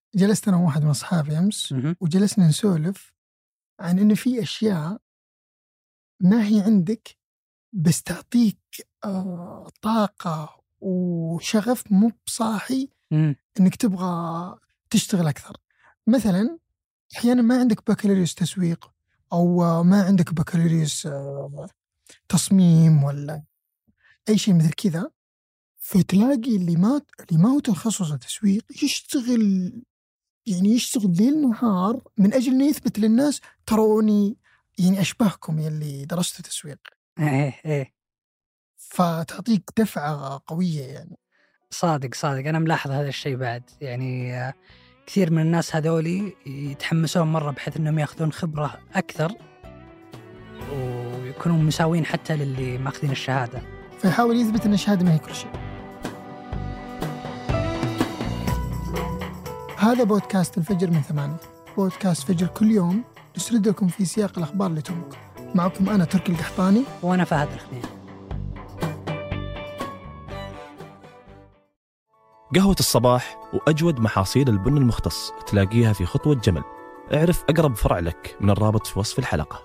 جلست أنا وواحد من أصحابي أمس وجلسنا نسولف عن إنه في أشياء ما هي عندك بس تعطيك طاقة وشغف مو بصاحي إنك تبغى تشتغل أكثر. مثلا أحيانا ما عندك بكالوريوس تسويق أو ما عندك بكالوريوس تصميم ولا أي شيء مثل كذا، فتلاقي اللي ما هو تخصص التسويق يشتغل ليل نهار من أجل أن يثبت للناس تروني يعني أشبهكم يلي درستوا تسويق. فتعطيك دفعة قوية يعني. صادق أنا ملاحظ هذا الشيء بعد، يعني كثير من الناس هذولي يتحمسون مرة بحيث أنهم يأخذون خبرة أكثر ويكونون مساوين حتى للي ماخذين الشهادة، فيحاول يثبت أن الشهادة ما هي كل شيء. هذا بودكاست الفجر من 8. بودكاست فجر كل يوم نسرد لكم في سياق الأخبار اللي تهمكم. معكم أنا تركي القحطاني وأنا فهد الخنين. قهوة الصباح وأجود محاصيل البن المختص تلاقيها في خطوة جمل. اعرف أقرب فرع لك من الرابط في وصف الحلقة.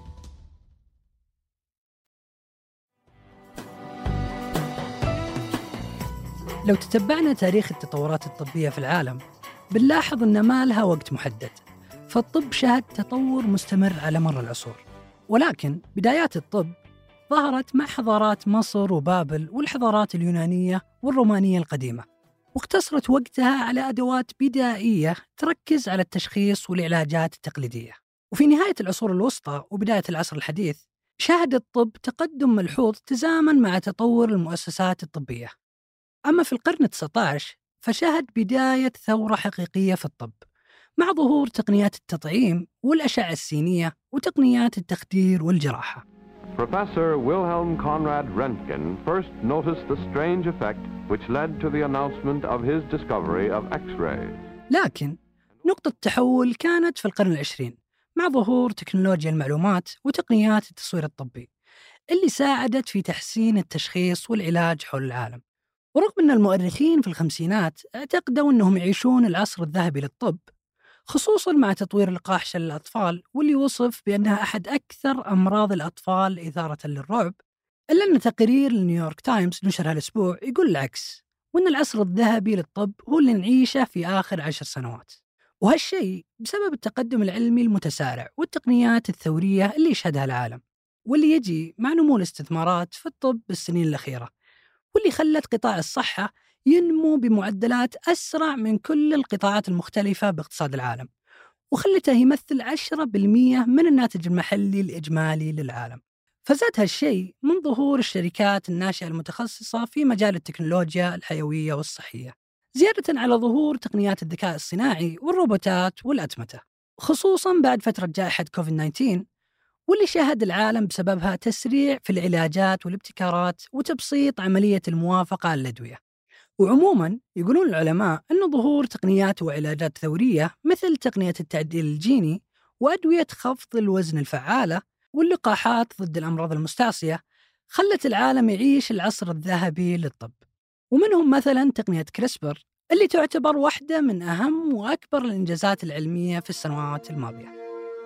لو تتبعنا تاريخ التطورات الطبية في العالم بنلاحظ أن ما لها وقت محدد، فالطب شهد تطور مستمر على مر العصور. ولكن بدايات الطب ظهرت مع حضارات مصر وبابل والحضارات اليونانية والرومانية القديمة، واقتصرت وقتها على أدوات بدائية تركز على التشخيص والعلاجات التقليدية. وفي نهاية العصور الوسطى وبداية العصر الحديث شهد الطب تقدم ملحوظ تزامن مع تطور المؤسسات الطبية. أما في القرن 19 فشهد بداية ثورة حقيقية في الطب مع ظهور تقنيات التطعيم والأشعة السينية وتقنيات التخدير والجراحة. Professor Wilhelm Conrad Röntgen first noticed the strange effect which led to the announcement of his discovery of X-ray. لكن نقطة تحول كانت في القرن 20 مع ظهور تكنولوجيا المعلومات وتقنيات التصوير الطبي اللي ساعدت في تحسين التشخيص والعلاج حول العالم. ورغم أن المؤرخين في الخمسينات اعتقدوا أنهم يعيشون العصر الذهبي للطب، خصوصاً مع تطوير لقاح شلل الأطفال واللي وصف بأنها أحد أكثر أمراض الأطفال إثارة للرعب، إلا أن تقرير لنيويورك تايمز نشر هالأسبوع يقول العكس، وأن العصر الذهبي للطب هو اللي نعيشه في آخر 10 سنوات. وهالشيء بسبب التقدم العلمي المتسارع والتقنيات الثورية اللي يشهدها العالم، واللي يجي مع نمو الاستثمارات في الطب بالسنين الأخيرة، واللي خلت قطاع الصحة ينمو بمعدلات أسرع من كل القطاعات المختلفة باقتصاد العالم، وخلته يمثل 10% من الناتج المحلي الإجمالي للعالم. فزاد هالشيء من ظهور الشركات الناشئة المتخصصة في مجال التكنولوجيا الحيوية والصحية، زيادة على ظهور تقنيات الذكاء الصناعي والروبوتات والأتمتة، خصوصاً بعد فترة جائحة كوفيد-19 واللي شهد العالم بسببها تسريع في العلاجات والابتكارات وتبسيط عملية الموافقة على الأدوية. وعموماً يقولون العلماء أن ظهور تقنيات وعلاجات ثورية مثل تقنية التعديل الجيني وأدوية خفض الوزن الفعالة واللقاحات ضد الأمراض المستعصية خلت العالم يعيش العصر الذهبي للطب. ومنهم مثلاً تقنية كريسبر اللي تعتبر واحدة من أهم وأكبر الإنجازات العلمية في السنوات الماضية.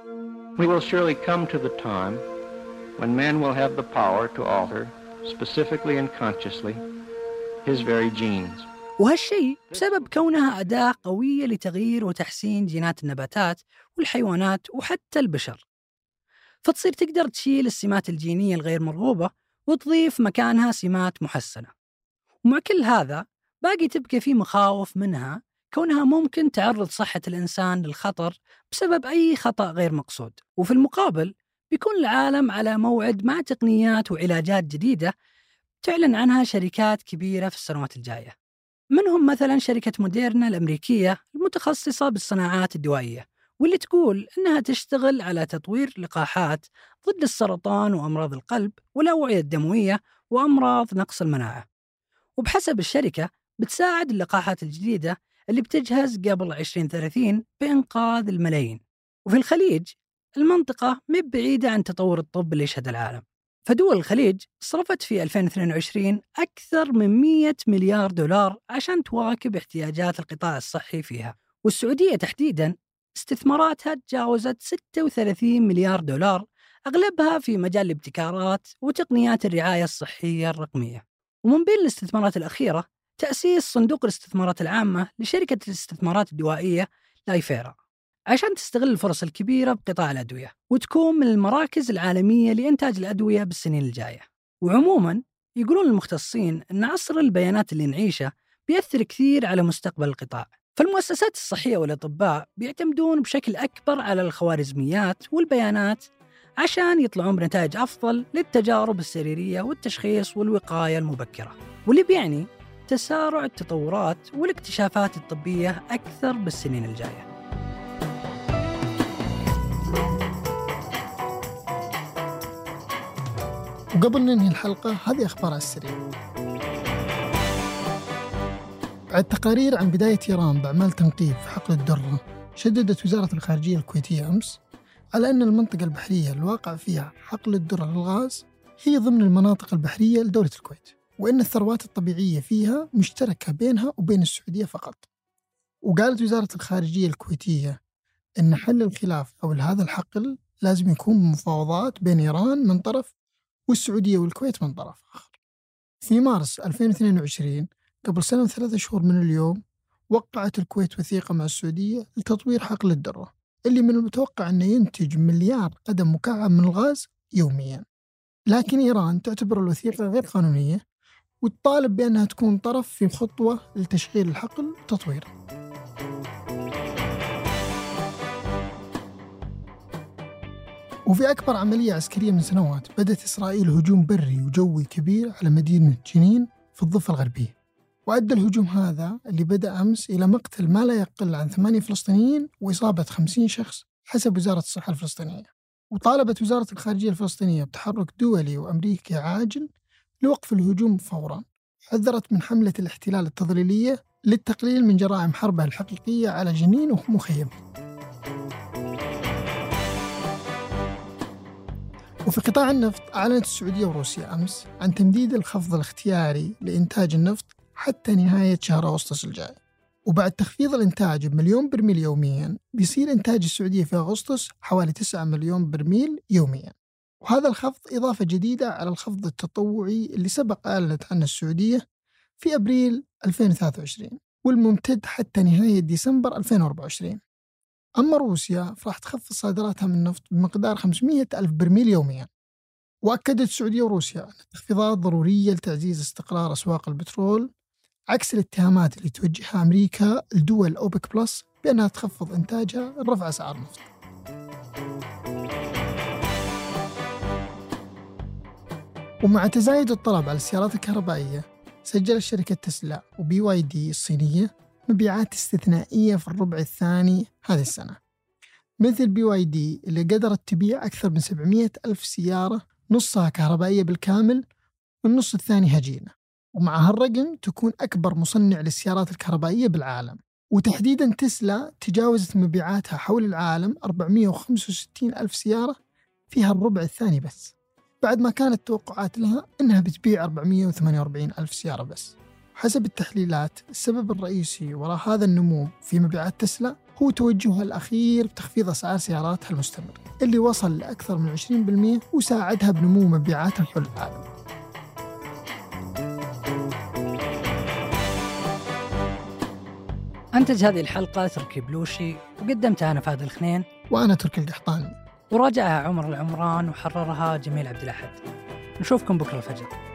We will surely come to the time when man will have the power to alter, specifically and consciously, his very genes. وهالشيء بسبب كونها أداة قوية لتغيير وتحسين جينات النباتات والحيوانات وحتى البشر، فتصير تقدر تشيل السمات الجينية الغير مرغوبة وتضيف مكانها سمات محسنة. ومع كل هذا باقي تبقى في مخاوف منها، كونها ممكن تعرض صحة الإنسان للخطر بسبب أي خطأ غير مقصود. وفي المقابل بيكون العالم على موعد مع تقنيات وعلاجات جديدة تعلن عنها شركات كبيرة في السنوات الجاية، منهم مثلا شركة موديرنا الأمريكية المتخصصة بالصناعات الدوائية، واللي تقول أنها تشتغل على تطوير لقاحات ضد السرطان وأمراض القلب والأوعية الدموية وأمراض نقص المناعة. وبحسب الشركة بتساعد اللقاحات الجديدة اللي بتجهز قبل 2030 بإنقاذ الملايين. وفي الخليج المنطقة مب بعيدة عن تطور الطب اللي يشهد العالم، فدول الخليج صرفت في 2022 أكثر من 100 مليار دولار عشان تواكب احتياجات القطاع الصحي فيها، والسعودية تحديداً استثماراتها تجاوزت 36 مليار دولار، أغلبها في مجال الابتكارات وتقنيات الرعاية الصحية الرقمية. ومن بين الاستثمارات الأخيرة تأسيس صندوق الاستثمارات العامة لشركة الاستثمارات الدوائية لايفيرا عشان تستغل الفرص الكبيرة بقطاع الأدوية وتكون من المراكز العالمية لإنتاج الأدوية بالسنين الجاية. وعموماً يقولون المختصين أن عصر البيانات اللي نعيشه بيأثر كثير على مستقبل القطاع، فالمؤسسات الصحية والأطباء بيعتمدون بشكل أكبر على الخوارزميات والبيانات عشان يطلعون بنتائج أفضل للتجارب السريرية والتشخيص والوقاية المبكرة، واللي بيعني تسارع التطورات والاكتشافات الطبية أكثر بالسنين الجاية. وقبل ننهي الحلقة هذه أخبار على السريع. بعد تقارير عن بداية إيران بأعمال تنقيب في حقل الدرة، شددت وزارة الخارجية الكويتية أمس على أن المنطقة البحرية الواقع فيها حقل الدرة للغاز هي ضمن المناطق البحرية لدولة الكويت، وأن الثروات الطبيعية فيها مشتركة بينها وبين السعودية فقط. وقالت وزارة الخارجية الكويتية أن حل الخلاف حول هذا الحقل لازم يكون مفاوضات بين إيران من طرف والسعودية والكويت من طرف آخر. في مارس 2022 قبل سنة و3 شهور من اليوم وقعت الكويت وثيقة مع السعودية لتطوير حقل الدرة اللي من المتوقع أنه ينتج 1 مليار قدم مكعب من الغاز يوميا، لكن إيران تعتبر الوثيقة غير قانونية وتطالب بأنها تكون طرف في خطوة لتشغيل الحقل وتطويره. وفي أكبر عملية عسكرية من سنوات بدأت إسرائيل هجوم بري وجوي كبير على مدينة جنين في الضفة الغربية، وأدى الهجوم هذا اللي بدأ أمس إلى مقتل ما لا يقل عن 8 فلسطينيين وإصابة 50 شخص حسب وزارة الصحة الفلسطينية. وطالبت وزارة الخارجية الفلسطينية بتحرك دولي وأمريكي عاجل لوقف الهجوم فوراً. حذرت من حملة الاحتلال التضليلية للتقليل من جرائم حربه الحقيقية على جنين ومخيمها. وفي قطاع النفط أعلنت السعودية وروسيا أمس عن تمديد الخفض الاختياري لإنتاج النفط حتى نهاية شهر أغسطس الجاي، وبعد تخفيض الإنتاج ب1,000,000 برميل يومياً بيصير إنتاج السعودية في أغسطس حوالي 9 مليون برميل يومياً. وهذا الخفض إضافة جديدة على الخفض التطوعي اللي سبق أعلنت عنه السعودية في أبريل 2023 والممتد حتى نهاية ديسمبر 2024. أما روسيا فراح تخفض صادراتها من النفط بمقدار 500,000 برميل يوميا. وأكدت السعودية وروسيا أن التخفيضات ضرورية لتعزيز استقرار أسواق البترول عكس الاتهامات اللي توجهها أمريكا لدول أوبك بلس بأنها تخفض إنتاجها لرفع أسعار النفط. ومع تزايد الطلب على السيارات الكهربائية سجلت شركة تسلا وBYD الصينية مبيعات استثنائية في الربع الثاني هذه السنة، مثل BYD اللي قدرت تبيع أكثر من 700,000 سيارة نصها كهربائية بالكامل والنص الثاني هجينة، ومع هالرقم تكون أكبر مصنع للسيارات الكهربائية بالعالم. وتحديدا تسلا تجاوزت مبيعاتها حول العالم 465,000 سيارة فيها الربع الثاني بس، بعد ما كانت توقعات لها أنها بتبيع 448,000 سيارة بس. حسب التحليلات السبب الرئيسي وراء هذا النمو في مبيعات تسلا هو توجهها الأخير بتخفيض أسعار سياراتها المستمر اللي وصل لأكثر من 20% وساعدها بنمو مبيعاتها حول العالم. أنتج هذه الحلقة تركي بلوشي وقدمتها أنا فهد الخنين وأنا تركي القحطاني، وراجعها عمر العمران وحررها جميل عبد الأحد. نشوفكم بكرة الفجر.